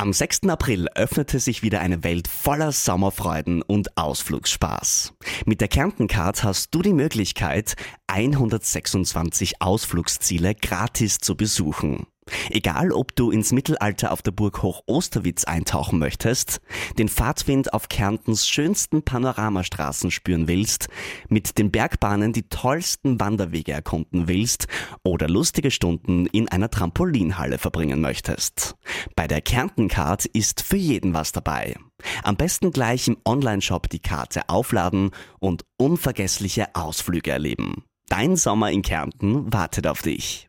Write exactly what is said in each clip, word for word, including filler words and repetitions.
Am sechsten April öffnete sich wieder eine Welt voller Sommerfreuden und Ausflugsspaß. Mit der Kärnten-Card hast du die Möglichkeit, hundertsechsundzwanzig Ausflugsziele gratis zu besuchen. Egal, ob du ins Mittelalter auf der Burg Hoch-Osterwitz eintauchen möchtest, den Fahrtwind auf Kärntens schönsten Panoramastraßen spüren willst, mit den Bergbahnen die tollsten Wanderwege erkunden willst oder lustige Stunden in einer Trampolinhalle verbringen möchtest. Bei der Kärnten-Card ist für jeden was dabei. Am besten gleich im Onlineshop die Karte aufladen und unvergessliche Ausflüge erleben. Dein Sommer in Kärnten wartet auf dich.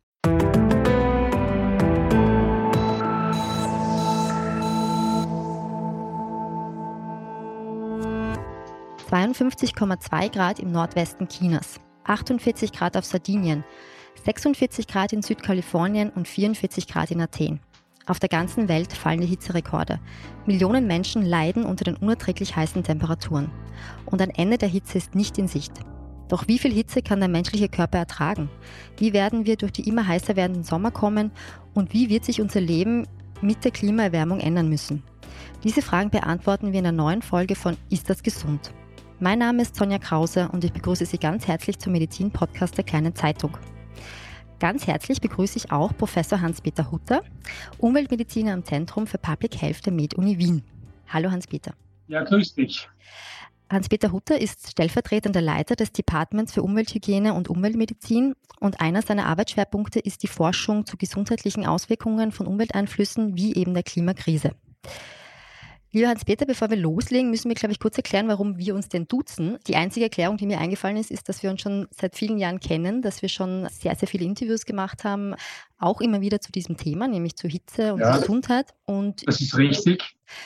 zweiundfünfzig Komma zwei Grad im Nordwesten Chinas, achtundvierzig Grad auf Sardinien, sechsundvierzig Grad in Südkalifornien und vierundvierzig Grad in Athen. Auf der ganzen Welt fallen die Hitzerekorde. Millionen Menschen leiden unter den unerträglich heißen Temperaturen. Und ein Ende der Hitze ist nicht in Sicht. Doch wie viel Hitze kann der menschliche Körper ertragen? Wie werden wir durch die immer heißer werdenden Sommer kommen? Und wie wird sich unser Leben mit der Klimaerwärmung ändern müssen? Diese Fragen beantworten wir in der neuen Folge von Ist das gesund? Mein Name ist Sonja Krause und ich begrüße Sie ganz herzlich zum Medizin-Podcast der Kleinen Zeitung. Ganz herzlich begrüße ich auch Professor Hans-Peter Hutter, Umweltmediziner am Zentrum für Public Health der Med-Uni Wien. Hallo Hans-Peter. Ja, grüß dich. Hans-Peter Hutter ist stellvertretender Leiter des Departments für Umwelthygiene und Umweltmedizin und einer seiner Arbeitsschwerpunkte ist die Forschung zu gesundheitlichen Auswirkungen von Umwelteinflüssen wie eben der Klimakrise. Lieber Hans-Peter, bevor wir loslegen, müssen wir, glaube ich, kurz erklären, warum wir uns denn duzen. Die einzige Erklärung, die mir eingefallen ist, ist, dass wir uns schon seit vielen Jahren kennen, dass wir schon sehr, sehr viele Interviews gemacht haben, auch immer wieder zu diesem Thema, nämlich zu Hitze und ja, Gesundheit. Und das ist richtig.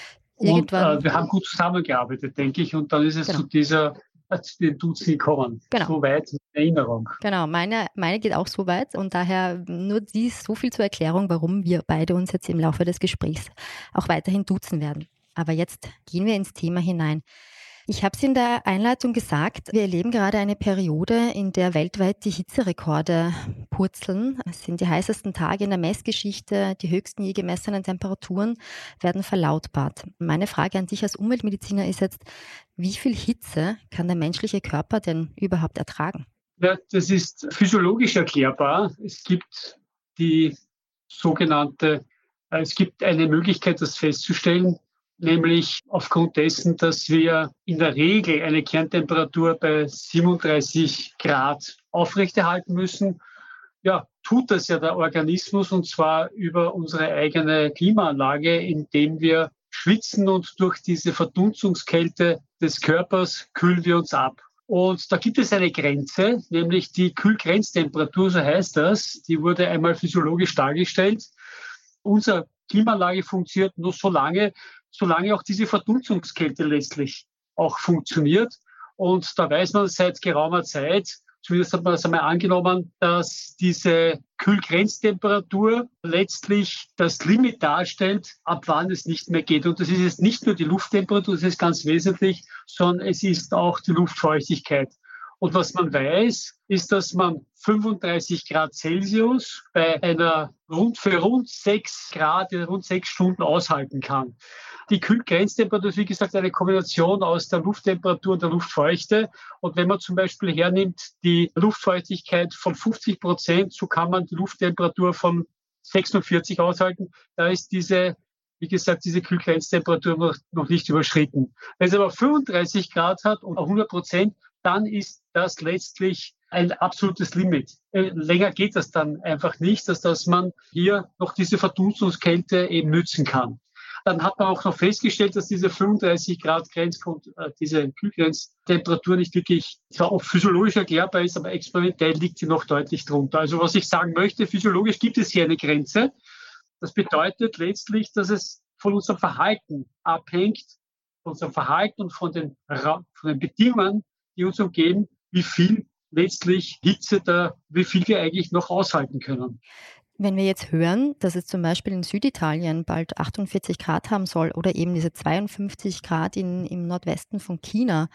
Und äh, wir haben gut zusammengearbeitet, denke ich, und dann ist es genau. zu dieser zu den Duzen gekommen. Genau. So weit in Erinnerung. Genau, meine, meine geht auch so weit und daher nur dies so viel zur Erklärung, warum wir beide uns jetzt im Laufe des Gesprächs auch weiterhin duzen werden. Aber jetzt gehen wir ins Thema hinein. Ich habe es in der Einleitung gesagt, wir erleben gerade eine Periode, in der weltweit die Hitzerekorde purzeln. Es sind die heißesten Tage in der Messgeschichte, die höchsten je gemessenen Temperaturen werden verlautbart. Meine Frage an dich als Umweltmediziner ist jetzt, wie viel Hitze kann der menschliche Körper denn überhaupt ertragen? Ja, das ist physiologisch erklärbar. Es gibt die sogenannte, es gibt eine Möglichkeit, das festzustellen, nämlich aufgrund dessen, dass wir in der Regel eine Kerntemperatur bei siebenunddreißig Grad aufrechterhalten müssen. Ja, tut das ja der Organismus und zwar über unsere eigene Klimaanlage, indem wir schwitzen und durch diese Verdunstungskälte des Körpers kühlen wir uns ab. Und da gibt es eine Grenze, nämlich die Kühlgrenztemperatur, so heißt das. Die wurde einmal physiologisch dargestellt. Unsere Klimaanlage funktioniert nur so lange, solange auch diese Verdunstungskälte letztlich auch funktioniert. Und da weiß man seit geraumer Zeit, zumindest hat man das einmal angenommen, dass diese Kühlgrenztemperatur letztlich das Limit darstellt, ab wann es nicht mehr geht. Und das ist jetzt nicht nur die Lufttemperatur, das ist ganz wesentlich, sondern es ist auch die Luftfeuchtigkeit. Und was man weiß, ist, dass man fünfunddreißig Grad Celsius bei einer rund für rund sechs Grad, rund sechs Stunden aushalten kann. Die Kühlgrenztemperatur ist, wie gesagt, eine Kombination aus der Lufttemperatur und der Luftfeuchte. Und wenn man zum Beispiel hernimmt die Luftfeuchtigkeit von fünfzig Prozent, so kann man die Lufttemperatur von sechsundvierzig aushalten. Da ist diese, wie gesagt, diese Kühlgrenztemperatur noch, noch nicht überschritten. Wenn es aber fünfunddreißig Grad hat und hundert Prozent, dann ist das letztlich ein absolutes Limit. Äh, länger geht das dann einfach nicht, dass, dass man hier noch diese Verdunstungskälte eben nützen kann. Dann hat man auch noch festgestellt, dass diese fünfunddreißig Grad Grenz, äh, diese Kühlgrenztemperatur nicht wirklich zwar auch physiologisch erklärbar ist, aber experimentell liegt sie noch deutlich drunter. Also was ich sagen möchte, physiologisch gibt es hier eine Grenze. Das bedeutet letztlich, dass es von unserem Verhalten abhängt, von unserem Verhalten und von den, von den Bedingungen, die uns umgeben, wie viel letztlich Hitze da, wie viel wir eigentlich noch aushalten können. Wenn wir jetzt hören, dass es zum Beispiel in Süditalien bald achtundvierzig Grad haben soll oder eben diese zweiundfünfzig Grad in, im Nordwesten von China,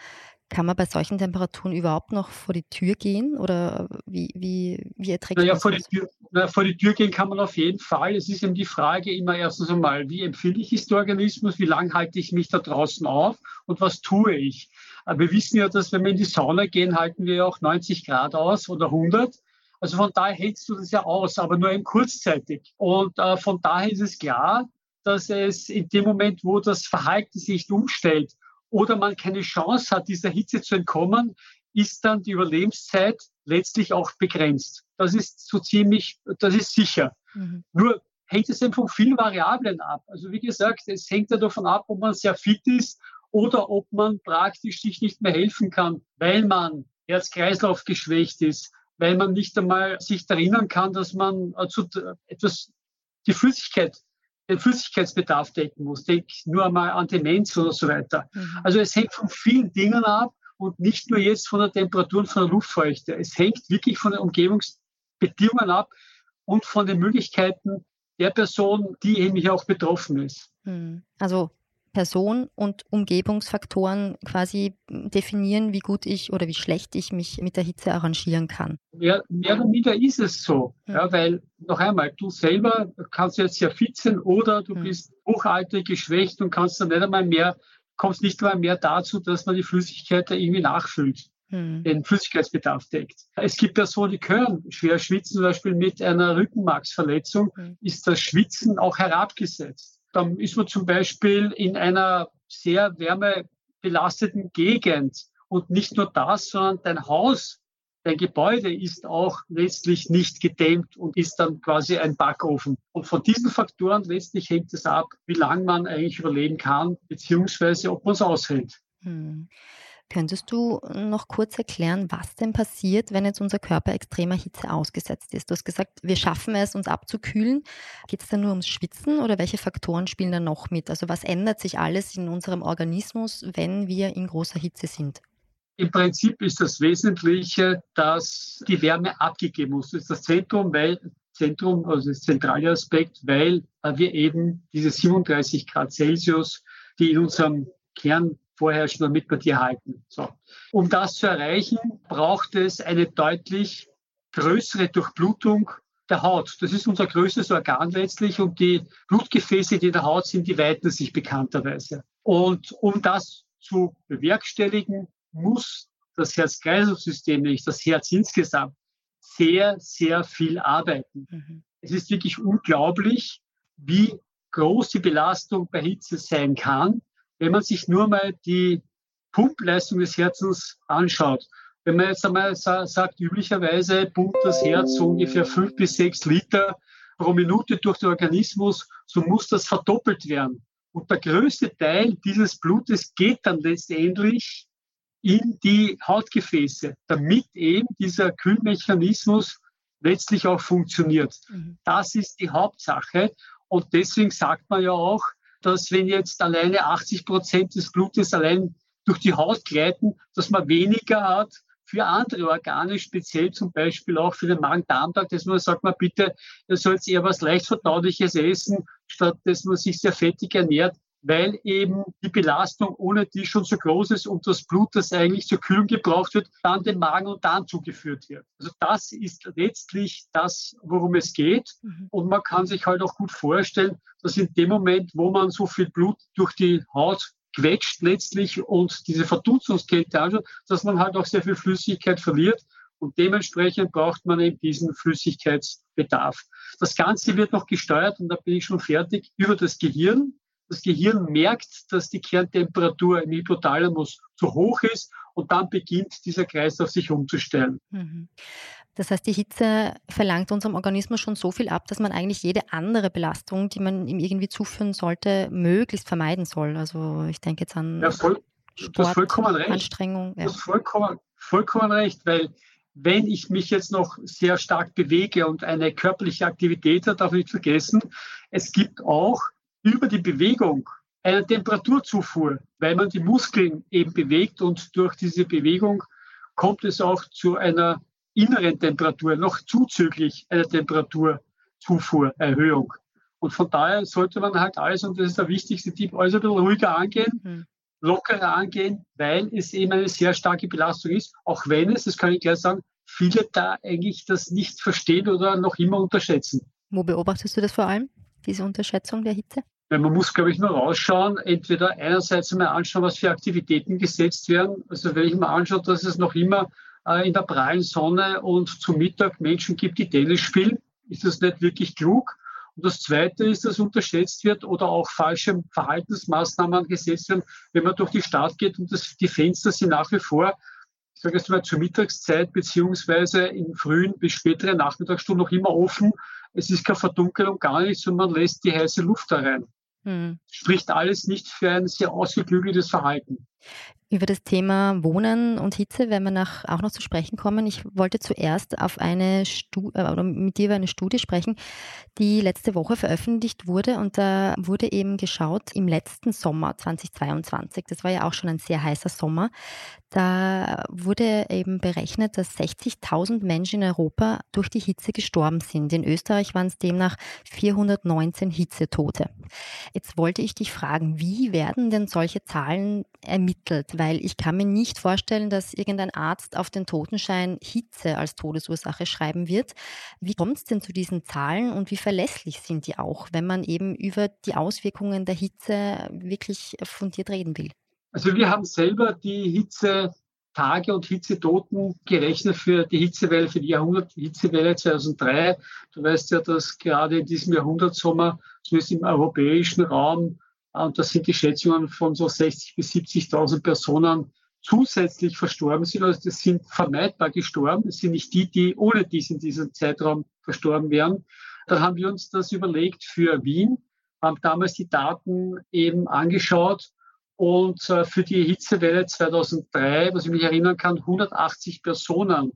Kann man bei solchen Temperaturen überhaupt noch vor die Tür gehen oder wie, wie, wie erträgt Naja, man vor die, das? Tür, na, vor die Tür gehen kann man auf jeden Fall. Es ist eben die Frage immer erstens einmal, wie empfindlich ist der Organismus, wie lange halte ich mich da draußen auf und was tue ich? Aber wir wissen ja, dass wenn wir in die Sauna gehen, halten wir ja auch neunzig Grad aus oder hundert. Also von daher hältst du das ja aus, aber nur eben kurzzeitig. Und äh, von daher ist es klar, dass es in dem Moment, wo das Verhalten sich umstellt oder man keine Chance hat, dieser Hitze zu entkommen, ist dann die Überlebenszeit letztlich auch begrenzt. Das ist so ziemlich, das ist sicher. Mhm. Nur hängt es eben von vielen Variablen ab. Also wie gesagt, es hängt ja davon ab, ob man sehr fit ist oder ob man praktisch sich nicht mehr helfen kann, weil man Herz-Kreislauf geschwächt ist, weil man nicht einmal sich erinnern kann, dass man also etwas die Flüssigkeit, den Flüssigkeitsbedarf decken muss. Denk nur einmal an Demenz oder so weiter. Mhm. Also es hängt von vielen Dingen ab und nicht nur jetzt von der Temperatur und von der Luftfeuchte. Es hängt wirklich von den Umgebungsbedingungen ab und von den Möglichkeiten der Person, die eben auch betroffen ist. Also Person und Umgebungsfaktoren quasi definieren, wie gut ich oder wie schlecht ich mich mit der Hitze arrangieren kann. Ja, mehr oder minder ist es so, hm. ja, weil noch einmal, du selber kannst jetzt sehr fit sein oder du hm. bist hochaltrig, geschwächt und kannst dann nicht einmal mehr, kommst nicht einmal mehr dazu, dass man die Flüssigkeit da irgendwie nachfüllt, hm. den Flüssigkeitsbedarf deckt. Es gibt Personen, die können schwer schwitzen, zum Beispiel mit einer Rückenmarksverletzung hm. ist das Schwitzen auch herabgesetzt. Dann ist man zum Beispiel in einer sehr wärmebelasteten Gegend. Und nicht nur das, sondern dein Haus, dein Gebäude ist auch letztlich nicht gedämmt und ist dann quasi ein Backofen. Und von diesen Faktoren letztlich hängt es ab, wie lange man eigentlich überleben kann, beziehungsweise ob man es aushält. Hm. Könntest du noch kurz erklären, was denn passiert, wenn jetzt unser Körper extremer Hitze ausgesetzt ist? Du hast gesagt, wir schaffen es, uns abzukühlen. Geht es dann nur ums Schwitzen oder welche Faktoren spielen da noch mit? Also was ändert sich alles in unserem Organismus, wenn wir in großer Hitze sind? Im Prinzip ist das Wesentliche, dass die Wärme abgegeben muss. Das ist das Zentrum, weil Zentrum, also das zentrale Aspekt, weil wir eben diese siebenunddreißig Grad Celsius, die in unserem Kern vorherrschen, damit wir die erhalten. So. Um das zu erreichen, braucht es eine deutlich größere Durchblutung der Haut. Das ist unser größtes Organ letztlich und die Blutgefäße, die in der Haut sind, die weiten sich bekannterweise. Und um das zu bewerkstelligen, muss das Herz-Kreislauf-System, nämlich das Herz insgesamt, sehr, sehr viel arbeiten. Mhm. Es ist wirklich unglaublich, wie groß die Belastung bei Hitze sein kann, wenn man sich nur mal die Pumpleistung des Herzens anschaut. Wenn man jetzt einmal sa- sagt, üblicherweise pumpt das Herz so ungefähr fünf bis sechs Liter pro Minute durch den Organismus, so muss das verdoppelt werden. Und der größte Teil dieses Blutes geht dann letztendlich in die Hautgefäße, damit eben dieser Kühlmechanismus letztlich auch funktioniert. Mhm. Das ist die Hauptsache. Und deswegen sagt man ja auch, dass wenn jetzt alleine achtzig Prozent des Blutes allein durch die Haut gleiten, dass man weniger hat für andere Organe, speziell zum Beispiel auch für den Magen-Darm-Trakt, dass man sagt, man bitte, ihr sollt eher was Leichtverdauliches essen, statt dass man sich sehr fettig ernährt, weil eben die Belastung ohne die schon so groß ist und das Blut, das eigentlich zur Kühlung gebraucht wird, dann dem Magen und Darm zugeführt wird. Also das ist letztlich das, worum es geht. Mhm. Und man kann sich halt auch gut vorstellen, dass in dem Moment, wo man so viel Blut durch die Haut quetscht letztlich und diese Verdunstungskälte anschaut, dass man halt auch sehr viel Flüssigkeit verliert. Und dementsprechend braucht man eben diesen Flüssigkeitsbedarf. Das Ganze wird noch gesteuert, und da bin ich schon fertig, über das Gehirn. Das Gehirn merkt, dass die Kerntemperatur im Hypothalamus zu hoch ist und dann beginnt dieser Kreislauf sich umzustellen. Das heißt, die Hitze verlangt unserem Organismus schon so viel ab, dass man eigentlich jede andere Belastung, die man ihm irgendwie zuführen sollte, möglichst vermeiden soll. Also ich denke jetzt an ja, voll, Sport, vollkommen recht. Anstrengung. Ja. Du hast vollkommen, vollkommen recht, weil wenn ich mich jetzt noch sehr stark bewege und eine körperliche Aktivität habe, darf ich nicht vergessen, es gibt auch über die Bewegung eine Temperaturzufuhr, weil man die Muskeln eben bewegt und durch diese Bewegung kommt es auch zu einer inneren Temperatur, noch zuzüglich einer Temperaturzufuhrerhöhung. Und von daher sollte man halt alles, und das ist der wichtigste Tipp, alles ein bisschen ruhiger angehen, mhm. lockerer angehen, weil es eben eine sehr starke Belastung ist, auch wenn es, das kann ich gleich sagen, viele da eigentlich das nicht verstehen oder noch immer unterschätzen. Wo beobachtest du das vor allem, diese Unterschätzung der Hitze? Weil man muss, glaube ich, nur rausschauen, entweder einerseits einmal anschauen, was für Aktivitäten gesetzt werden. Also wenn ich mir anschaue, dass es noch immer äh, in der prallen Sonne und zum Mittag Menschen gibt, die Tennis spielen, ist das nicht wirklich klug. Und das Zweite ist, dass unterschätzt wird oder auch falsche Verhaltensmaßnahmen gesetzt werden, wenn man durch die Stadt geht und das, die Fenster sind nach wie vor, ich sage jetzt mal zur Mittagszeit beziehungsweise in frühen bis späteren Nachmittagsstunden noch immer offen. Es ist keine Verdunkelung, gar nichts, sondern man lässt die heiße Luft da rein. Hm. Spricht alles nicht für ein sehr ausgeklügeltes Verhalten. Über das Thema Wohnen und Hitze werden wir nach, auch noch zu sprechen kommen. Ich wollte zuerst auf eine Studie, oder mit dir über eine Studie sprechen, die letzte Woche veröffentlicht wurde. Und da wurde eben geschaut, im letzten Sommer zweitausendzweiundzwanzig, das war ja auch schon ein sehr heißer Sommer, da wurde eben berechnet, dass sechzigtausend Menschen in Europa durch die Hitze gestorben sind. In Österreich waren es demnach vierhundertneunzehn Hitzetote. Jetzt wollte ich dich fragen, wie werden denn solche Zahlen ermittelt? Weil ich kann mir nicht vorstellen, dass irgendein Arzt auf den Totenschein Hitze als Todesursache schreiben wird. Wie kommt es denn zu diesen Zahlen und wie verlässlich sind die auch, wenn man eben über die Auswirkungen der Hitze wirklich fundiert reden will? Also wir haben selber die Hitzetage und Hitzetoten gerechnet für die Hitzewelle, für die Jahrhundert-Hitzewelle zweitausenddrei. Du weißt ja, dass gerade in diesem Jahrhundertsommer, zumindest im europäischen Raum, und das sind die Schätzungen von so sechzigtausend bis siebzigtausend Personen zusätzlich verstorben sind. Also das sind vermeidbar gestorben. Das sind nicht die, die ohne dies in diesem Zeitraum verstorben wären. Dann haben wir uns das überlegt für Wien, haben damals die Daten eben angeschaut und äh, für die Hitzewelle zweitausenddrei, was ich mich erinnern kann, hundertachtzig Personen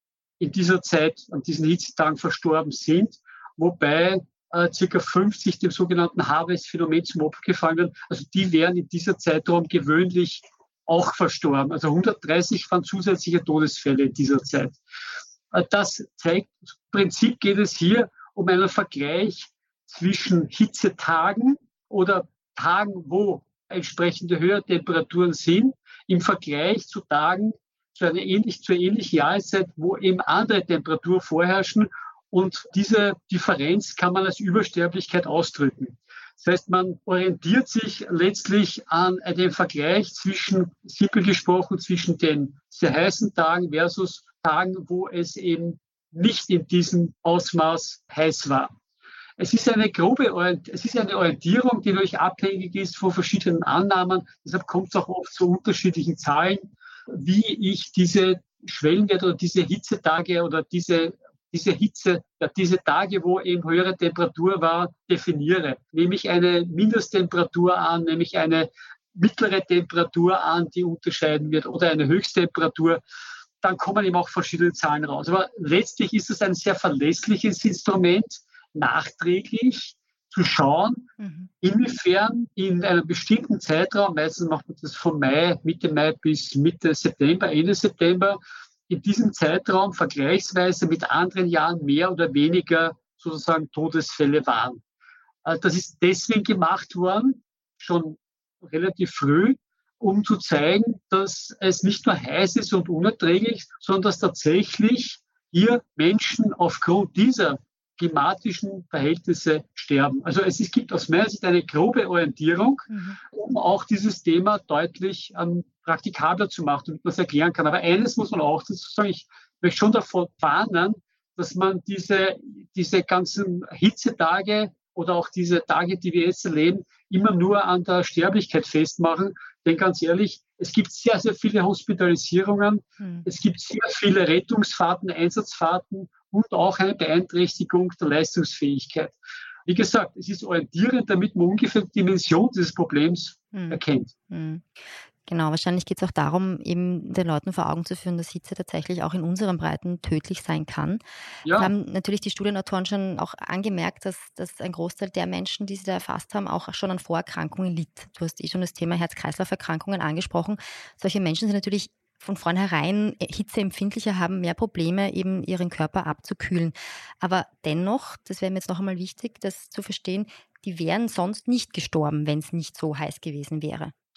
in dieser Zeit an diesen Hitzetagen verstorben sind, wobei äh, circa fünfzig dem sogenannten Harvest-Phänomen zum Opfer gefallen werden. Also die wären in dieser Zeitraum gewöhnlich auch verstorben. Also hundertdreißig waren zusätzliche Todesfälle in dieser Zeit. Äh, das zeigt, im Prinzip geht es hier um einen Vergleich zwischen Hitzetagen oder Tagen, wo entsprechende höhere Temperaturen sind, im Vergleich zu Tagen zu einer ähnlich, zur ähnlichen Jahreszeit, wo eben andere Temperaturen vorherrschen. Und diese Differenz kann man als Übersterblichkeit ausdrücken. Das heißt, man orientiert sich letztlich an einem Vergleich zwischen, simpel gesprochen, zwischen den sehr heißen Tagen versus Tagen, wo es eben nicht in diesem Ausmaß heiß war. Es ist eine grobe Orient- es ist eine Orientierung, die natürlich abhängig ist von verschiedenen Annahmen. Deshalb kommt es auch oft zu unterschiedlichen Zahlen, wie ich diese Schwellenwerte oder diese Hitzetage oder diese, diese Hitze, ja, diese Tage, wo eben höhere Temperatur war, definiere. Nehme ich eine Mindesttemperatur an, nehme ich eine mittlere Temperatur an, die unterscheiden wird, oder eine Höchsttemperatur, dann kommen eben auch verschiedene Zahlen raus. Aber letztlich ist es ein sehr verlässliches Instrument, nachträglich zu schauen, mhm. inwiefern in einem bestimmten Zeitraum, meistens macht man das von Mai, Mitte Mai bis Mitte September, Ende September, in diesem Zeitraum vergleichsweise mit anderen Jahren mehr oder weniger sozusagen Todesfälle waren. Das ist deswegen gemacht worden, schon relativ früh, um zu zeigen, dass es nicht nur heiß ist und unerträglich, sondern dass tatsächlich hier Menschen aufgrund dieser klimatischen Verhältnisse sterben. Also es ist, gibt aus meiner Sicht eine grobe Orientierung, mhm. um auch dieses Thema deutlich ähm, praktikabler zu machen, damit man es erklären kann. Aber eines muss man auch dazu sagen, ich möchte schon davon warnen, dass man diese, diese ganzen Hitzetage oder auch diese Tage, die wir jetzt erleben, immer nur an der Sterblichkeit festmachen. Denn ganz ehrlich, es gibt sehr, sehr viele Hospitalisierungen, mhm. es gibt sehr viele Rettungsfahrten, Einsatzfahrten, und auch eine Beeinträchtigung der Leistungsfähigkeit. Wie gesagt, es ist orientierend, damit man ungefähr die Dimension dieses Problems hm. erkennt. Hm. Genau, wahrscheinlich geht es auch darum, eben den Leuten vor Augen zu führen, dass Hitze tatsächlich auch in unseren Breiten tödlich sein kann. Ja. Da haben natürlich die Studienautoren schon auch angemerkt, dass, dass ein Großteil der Menschen, die sie da erfasst haben, auch schon an Vorerkrankungen litt. Du hast eh schon das Thema Herz-Kreislauf-Erkrankungen angesprochen. Solche Menschen sind natürlich von vornherein hitzeempfindlicher, haben mehr Probleme, eben ihren Körper abzukühlen. Aber dennoch, das wäre mir jetzt noch einmal wichtig, das zu verstehen, die wären sonst nicht gestorben, wenn es nicht so heiß gewesen wäre.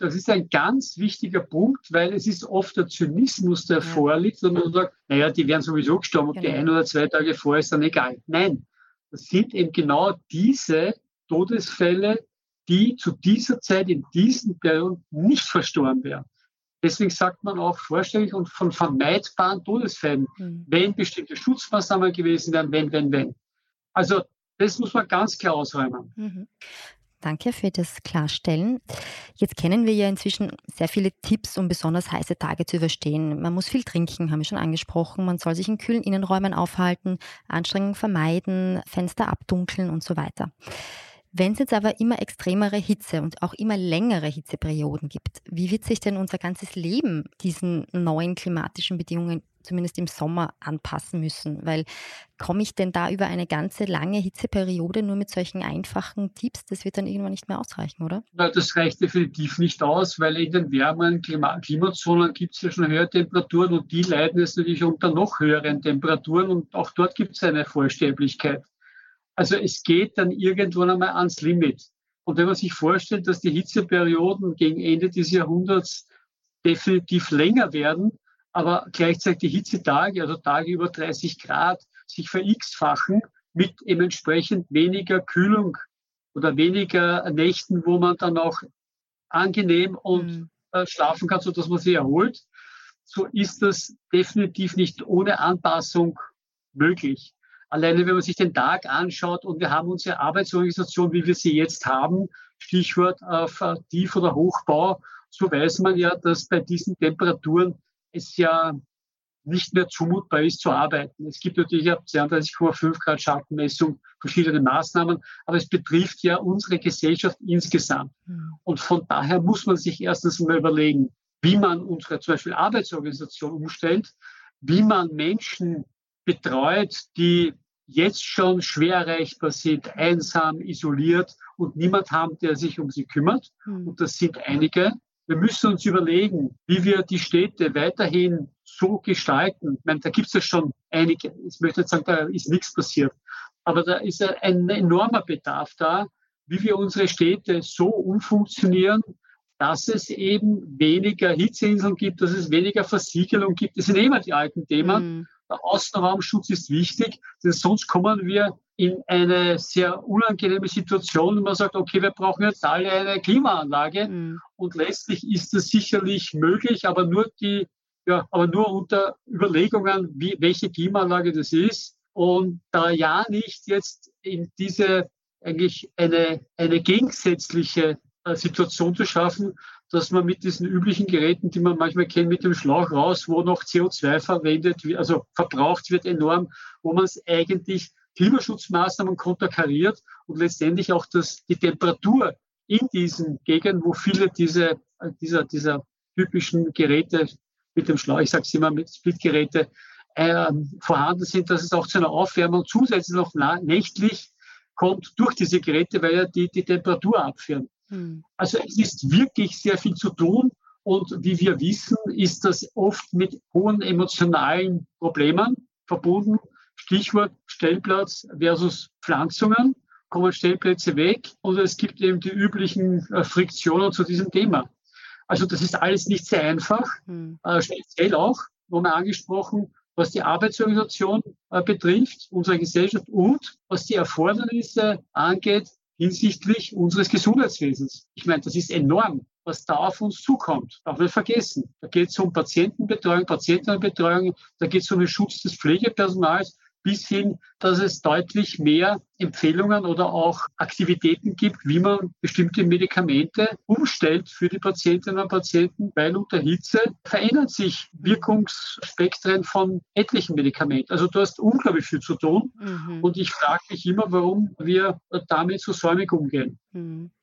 Das ist ein ganz wichtiger Punkt, weil es ist oft der Zynismus, der ja. vorliegt, und man sagt, naja, die werden sowieso gestorben, ob genau. die ein oder zwei Tage vorher ist dann egal. Nein, das sind eben genau diese Todesfälle, die zu dieser Zeit in diesen Perioden nicht verstorben wären. Deswegen sagt man auch vorstellig und von vermeidbaren Todesfällen, mhm. wenn bestimmte Schutzmaßnahmen gewesen wären, wenn, wenn, wenn. Also das muss man ganz klar ausräumen. Mhm. Danke für das Klarstellen. Jetzt kennen wir ja inzwischen sehr viele Tipps, um besonders heiße Tage zu überstehen. Man muss viel trinken, haben wir schon angesprochen. Man soll sich in kühlen Innenräumen aufhalten, Anstrengungen vermeiden, Fenster abdunkeln und so weiter. Wenn es jetzt aber immer extremere Hitze und auch immer längere Hitzeperioden gibt, wie wird sich denn unser ganzes Leben diesen neuen klimatischen Bedingungen, zumindest im Sommer, anpassen müssen? Weil komme ich denn da über eine ganze lange Hitzeperiode nur mit solchen einfachen Tipps? Das wird dann irgendwann nicht mehr ausreichen, oder? Na, das reicht definitiv nicht aus, weil in den wärmeren Klima- Klimazonen gibt es ja schon höhere Temperaturen und die leiden jetzt natürlich unter noch höheren Temperaturen und auch dort gibt es eine Vorsterblichkeit. Also es geht dann irgendwann einmal ans Limit. Und wenn man sich vorstellt, dass die Hitzeperioden gegen Ende des Jahrhunderts definitiv länger werden, aber gleichzeitig die Hitzetage, also Tage über dreißig Grad, sich ver-x-fachen mit entsprechend weniger Kühlung oder weniger Nächten, wo man dann auch angenehm und mhm. äh, schlafen kann, sodass man sich erholt, so ist das definitiv nicht ohne Anpassung möglich. Alleine, wenn man sich den Tag anschaut und wir haben unsere Arbeitsorganisation, wie wir sie jetzt haben, Stichwort auf Tief- oder Hochbau, so weiß man ja, dass bei diesen Temperaturen es ja nicht mehr zumutbar ist zu arbeiten. Es gibt natürlich ab zweiunddreißig Komma fünf Grad Schattenmessung verschiedene Maßnahmen, aber es betrifft ja unsere Gesellschaft insgesamt. Mhm. Und von daher muss man sich erstens mal überlegen, wie man unsere zum Beispiel Arbeitsorganisation umstellt, wie man Menschen betreut, die jetzt schon schwer erreichbar sind, einsam, isoliert und niemand haben, der sich um sie kümmert. Mhm. Und das sind einige. Wir müssen uns überlegen, wie wir die Städte weiterhin so gestalten. Ich meine, da gibt es ja schon einige. Ich möchte jetzt sagen, da ist nichts passiert. Aber da ist ein enormer Bedarf da, wie wir unsere Städte so umfunktionieren, dass es eben weniger Hitzeinseln gibt, dass es weniger Versiegelung gibt. Das sind immer die alten Themen. Mhm. Der Außenraumschutz ist wichtig, denn sonst kommen wir in eine sehr unangenehme Situation, wo man sagt, okay, wir brauchen jetzt alle eine Klimaanlage. Mhm. Und letztlich ist das sicherlich möglich, aber nur die, ja, aber nur unter Überlegungen, wie, welche Klimaanlage das ist. Und da ja nicht jetzt in diese eigentlich eine, eine gegensätzliche äh, Situation zu schaffen, dass man mit diesen üblichen Geräten, die man manchmal kennt, mit dem Schlauch raus, wo noch C O zwei verwendet wird, also verbraucht wird enorm, wo man es eigentlich Klimaschutzmaßnahmen konterkariert und letztendlich auch das, die Temperatur in diesen Gegenden, wo viele diese, dieser, dieser typischen Geräte mit dem Schlauch, ich sage es immer, mit Splitgeräte äh, vorhanden sind, dass es auch zu einer Aufwärmung zusätzlich noch nächtlich kommt durch diese Geräte, weil ja die, die Temperatur abführen. Also es ist wirklich sehr viel zu tun und wie wir wissen, ist das oft mit hohen emotionalen Problemen verbunden. Stichwort Stellplatz versus Pflanzungen, kommen Stellplätze weg und es gibt eben die üblichen äh, Friktionen zu diesem Thema. Also das ist alles nicht sehr einfach, mhm. äh, speziell auch, nochmal angesprochen, was die Arbeitsorganisation äh, betrifft, unsere Gesellschaft und was die Erfordernisse angeht, hinsichtlich unseres Gesundheitswesens. Ich meine, das ist enorm, was da auf uns zukommt. Darf man nicht vergessen. Da geht es um Patientenbetreuung, Patientenbetreuung, da geht es um den Schutz des Pflegepersonals, bis hin, dass es deutlich mehr Empfehlungen oder auch Aktivitäten gibt, wie man bestimmte Medikamente umstellt für die Patientinnen und Patienten, weil unter Hitze verändern sich Wirkungsspektren von etlichen Medikamenten. Also du hast unglaublich viel zu tun. Mhm. Und ich frage mich immer, warum wir damit so säumig umgehen. Mhm.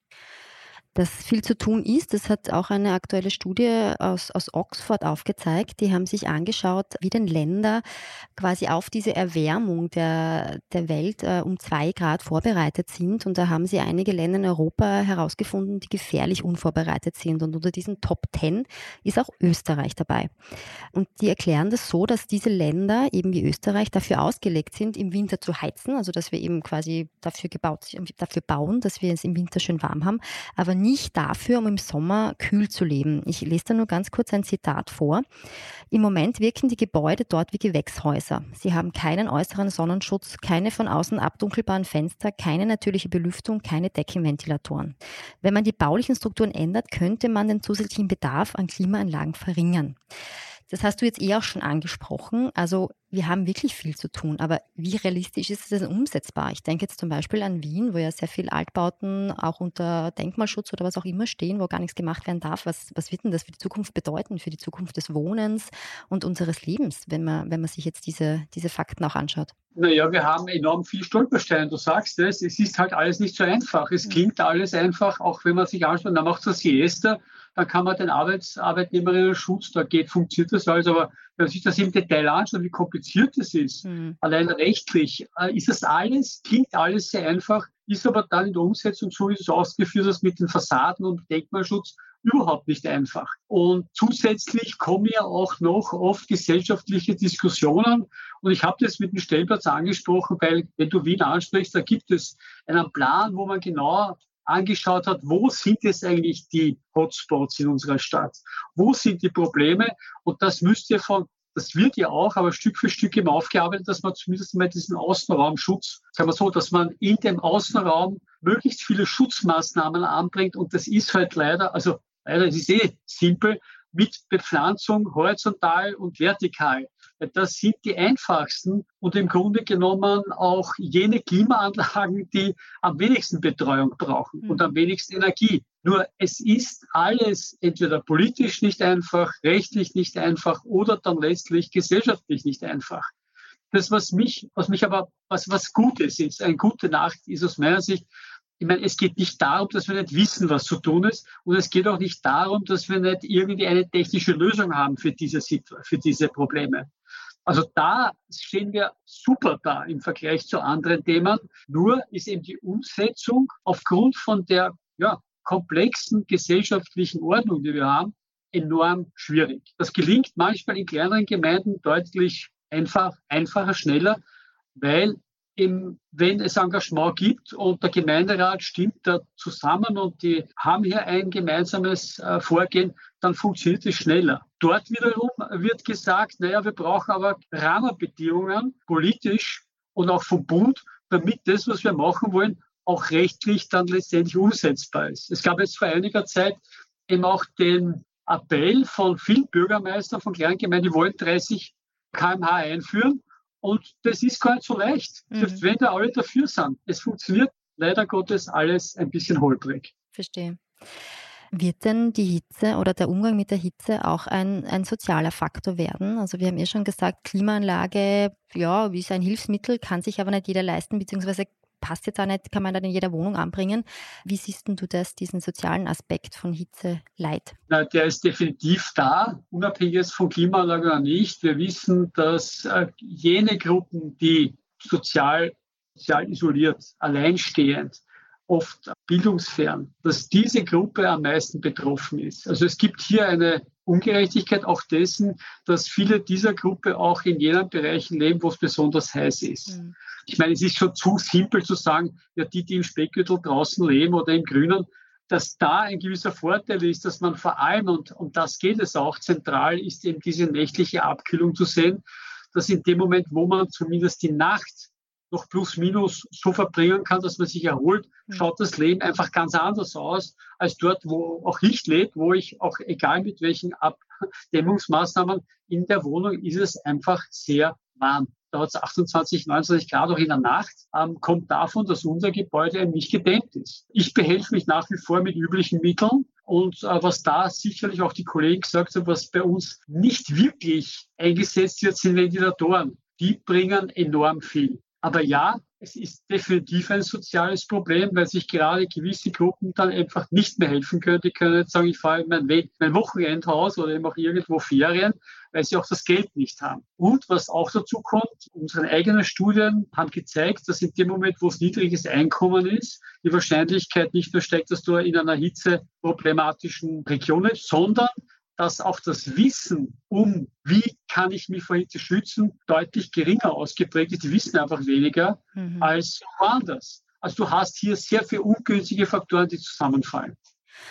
Dass viel zu tun ist, das hat auch eine aktuelle Studie aus, aus Oxford aufgezeigt. Die haben sich angeschaut, wie denn Länder quasi auf diese Erwärmung der, der Welt äh, um zwei Grad vorbereitet sind. Und da haben sie einige Länder in Europa herausgefunden, die gefährlich unvorbereitet sind. Und unter diesen Top Ten ist auch Österreich dabei. Und die erklären das so, dass diese Länder, eben wie Österreich, dafür ausgelegt sind, im Winter zu heizen. Also dass wir eben quasi dafür gebaut, dafür bauen, dass wir es im Winter schön warm haben, aber nicht nicht dafür, um im Sommer kühl zu leben. Ich lese da nur ganz kurz ein Zitat vor. Im Moment wirken die Gebäude dort wie Gewächshäuser. Sie haben keinen äußeren Sonnenschutz, keine von außen abdunkelbaren Fenster, keine natürliche Belüftung, keine Deckenventilatoren. Wenn man die baulichen Strukturen ändert, könnte man den zusätzlichen Bedarf an Klimaanlagen verringern. Das hast du jetzt eh auch schon angesprochen. Also wir haben wirklich viel zu tun. Aber wie realistisch ist es denn umsetzbar? Ich denke jetzt zum Beispiel an Wien, wo ja sehr viele Altbauten auch unter Denkmalschutz oder was auch immer stehen, wo gar nichts gemacht werden darf. Was, was wird denn das für die Zukunft bedeuten, für die Zukunft des Wohnens und unseres Lebens, wenn man, wenn man sich jetzt diese, diese Fakten auch anschaut? Naja, wir haben enorm viel Stolpersteine, du sagst es. Es ist halt alles nicht so einfach. Es klingt alles einfach, auch wenn man sich anschaut, dann macht so Siesta, dann kann man den Arbeits Arbeitnehmerinnen-Schutz, da geht, funktioniert das alles, aber wenn man sich das im Detail anschaut, wie kompliziert das ist, mhm. allein rechtlich, äh, ist das alles, klingt alles sehr einfach, ist aber dann in der Umsetzung, so wie du es ausgeführt hast, mit den Fassaden und Denkmalschutz, überhaupt nicht einfach. Und zusätzlich kommen ja auch noch oft gesellschaftliche Diskussionen. Und ich habe das mit dem Stellplatz angesprochen, weil, wenn du Wien ansprichst, da gibt es einen Plan, wo man genau angeschaut hat, wo sind jetzt eigentlich die Hotspots in unserer Stadt? Wo sind die Probleme? Und das müsst ihr von, das wird ja auch, aber Stück für Stück immer aufgearbeitet, dass man zumindest mal diesen Außenraumschutz, sagen wir so, dass man in dem Außenraum möglichst viele Schutzmaßnahmen anbringt. Und das ist halt leider, also leider, es ist eh simpel, mit Bepflanzung horizontal und vertikal. Das sind die einfachsten und im Grunde genommen auch jene Klimaanlagen, die am wenigsten Betreuung brauchen mhm. und am wenigsten Energie. Nur es ist alles entweder politisch nicht einfach, rechtlich nicht einfach oder dann letztlich gesellschaftlich nicht einfach. Das, was mich, was mich aber, was, was Gutes ist, eine gute Nachricht ist aus meiner Sicht, ich meine, es geht nicht darum, dass wir nicht wissen, was zu tun ist. Und es geht auch nicht darum, dass wir nicht irgendwie eine technische Lösung haben für diese, für diese Probleme. Also da stehen wir super da im Vergleich zu anderen Themen. Nur ist eben die Umsetzung aufgrund von der ja, komplexen gesellschaftlichen Ordnung, die wir haben, enorm schwierig. Das gelingt manchmal in kleineren Gemeinden deutlich einfach, einfacher, schneller, weil Im, wenn es Engagement gibt und der Gemeinderat stimmt da zusammen und die haben hier ein gemeinsames äh, Vorgehen, dann funktioniert es schneller. Dort wiederum wird gesagt, naja, wir brauchen aber Rahmenbedingungen politisch und auch vom Bund, damit das, was wir machen wollen, auch rechtlich dann letztendlich umsetzbar ist. Es gab jetzt vor einiger Zeit eben auch den Appell von vielen Bürgermeistern von kleinen Gemeinden, die wollen dreißig Kilometer pro Stunde einführen. Und das ist gar nicht so leicht, selbst mhm. wenn da alle dafür sind. Es funktioniert leider Gottes alles ein bisschen holprig. Verstehe. Wird denn die Hitze oder der Umgang mit der Hitze auch ein, ein sozialer Faktor werden? Also wir haben ja schon gesagt, Klimaanlage, ja, ist ein Hilfsmittel, kann sich aber nicht jeder leisten, beziehungsweise passt jetzt auch nicht, kann man dann in jeder Wohnung anbringen. Wie siehst denn du das, diesen sozialen Aspekt von Hitze, Leid? Na, der ist definitiv da, unabhängig von Klimaanlage oder nicht. Wir wissen, dass äh, jene Gruppen, die sozial, sozial isoliert, alleinstehend, oft bildungsfern, dass diese Gruppe am meisten betroffen ist. Also es gibt hier eine Ungerechtigkeit auch dessen, dass viele dieser Gruppe auch in jenen Bereichen leben, wo es besonders heiß ist. Mhm. Ich meine, es ist schon zu simpel zu sagen, ja, die, die im Speckgürtel draußen leben oder im Grünen, dass da ein gewisser Vorteil ist, dass man vor allem, und, und das geht es auch zentral, ist eben diese nächtliche Abkühlung zu sehen, dass in dem Moment, wo man zumindest die Nacht noch plus minus so verbringen kann, dass man sich erholt, schaut das Leben einfach ganz anders aus, als dort, wo auch ich lebe, wo ich auch, egal mit welchen Abdämmungsmaßnahmen in der Wohnung, ist es einfach sehr warm. Da hat es achtundzwanzig, neunundzwanzig Grad auch in der Nacht, ähm, kommt davon, dass unser Gebäude nicht gedämmt ist. Ich behelfe mich nach wie vor mit üblichen Mitteln. Und äh, was da sicherlich auch die Kollegen gesagt haben, was bei uns nicht wirklich eingesetzt wird, sind Ventilatoren. Die bringen enorm viel. Aber ja, es ist definitiv ein soziales Problem, weil sich gerade gewisse Gruppen dann einfach nicht mehr helfen können. Die können jetzt sagen, ich fahre in mein, We- mein Wochenendhaus oder eben auch irgendwo Ferien, weil sie auch das Geld nicht haben. Und was auch dazu kommt, unsere eigenen Studien haben gezeigt, dass in dem Moment, wo es niedriges Einkommen ist, die Wahrscheinlichkeit nicht nur steigt, dass du in einer hitzeproblematischen Region lebst, sondern dass auch das Wissen um, wie kann ich mich vor Hitze schützen, deutlich geringer ausgeprägt ist. Die wissen einfach weniger mhm. als woanders. Also du hast hier sehr viele ungünstige Faktoren, die zusammenfallen.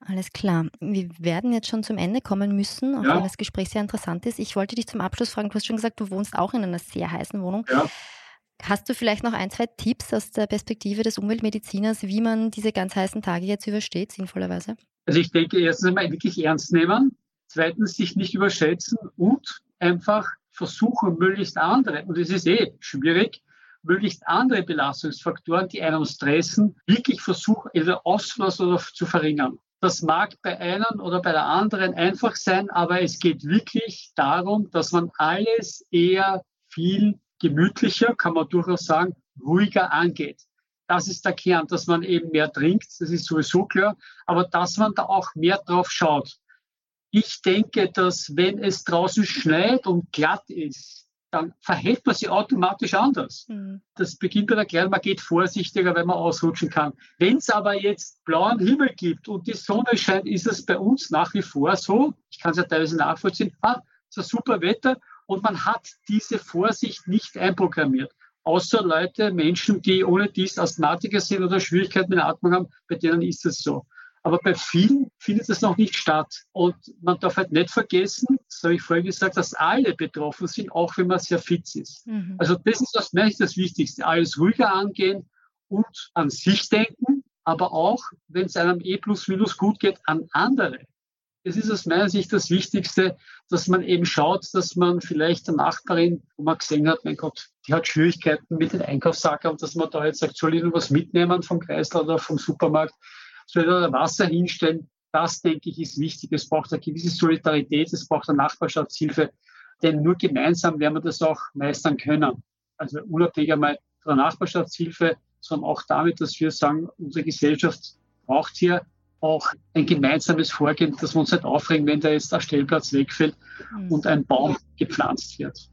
Alles klar. Wir werden jetzt schon zum Ende kommen müssen, auch Ja. wenn das Gespräch sehr interessant ist. Ich wollte dich zum Abschluss fragen, du hast schon gesagt, du wohnst auch in einer sehr heißen Wohnung. Ja. Hast du vielleicht noch ein, zwei Tipps aus der Perspektive des Umweltmediziners, wie man diese ganz heißen Tage jetzt übersteht, sinnvollerweise? Also ich denke, erstens einmal wirklich ernst nehmen, zweitens sich nicht überschätzen und einfach versuchen, möglichst andere, und es ist eh schwierig, möglichst andere Belastungsfaktoren, die einen stressen, wirklich versuchen, entweder auszulassen oder zu verringern. Das mag bei einem oder bei der anderen einfach sein, aber es geht wirklich darum, dass man alles eher viel gemütlicher, kann man durchaus sagen, ruhiger angeht. Das ist der Kern, dass man eben mehr trinkt, das ist sowieso klar, aber dass man da auch mehr drauf schaut. Ich denke, dass wenn es draußen schneit und glatt ist, dann verhält man sich automatisch anders. Mhm. Das beginnt bei der Kleidung, man geht vorsichtiger, weil man ausrutschen kann. Wenn es aber jetzt blauen Himmel gibt und die Sonne scheint, ist es bei uns nach wie vor so, ich kann es ja teilweise nachvollziehen, ah, es ist ein super Wetter und man hat diese Vorsicht nicht einprogrammiert. Außer Leute, Menschen, die ohne dies Asthmatiker sind oder Schwierigkeiten mit der Atmung haben, bei denen ist es so. Aber bei vielen findet es noch nicht statt. Und man darf halt nicht vergessen, das habe ich vorhin gesagt, dass alle betroffen sind, auch wenn man sehr fit ist. Mhm. Also das ist aus meiner Sicht das Wichtigste. Alles ruhiger angehen und an sich denken, aber auch, wenn es einem eh plus minus gut geht, an andere. Es ist aus meiner Sicht das Wichtigste, dass man eben schaut, dass man vielleicht der Nachbarin, wo man gesehen hat, mein Gott, die hat Schwierigkeiten mit den Einkaufssacken und dass man da jetzt sagt, soll ich noch was mitnehmen vom Kreisel oder vom Supermarkt, soll ich da Wasser hinstellen, das, denke ich, ist wichtig. Es braucht eine gewisse Solidarität, es braucht eine Nachbarschaftshilfe, denn nur gemeinsam werden wir das auch meistern können. Also unabhängig einmal von der Nachbarschaftshilfe, sondern auch damit, dass wir sagen, unsere Gesellschaft braucht hier auch ein gemeinsames Vorgehen, dass wir uns nicht aufregen, wenn da jetzt ein Stellplatz wegfällt mhm. und ein Baum gepflanzt wird.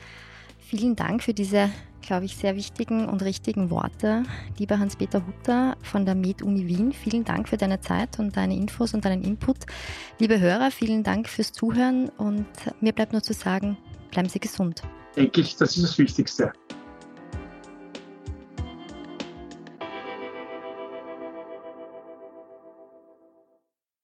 Vielen Dank für diese, glaube ich, sehr wichtigen und richtigen Worte. Lieber Hans-Peter Hutter von der Med-Uni Wien, vielen Dank für deine Zeit und deine Infos und deinen Input. Liebe Hörer, vielen Dank fürs Zuhören und mir bleibt nur zu sagen, bleiben Sie gesund. Denke ich, das ist das Wichtigste.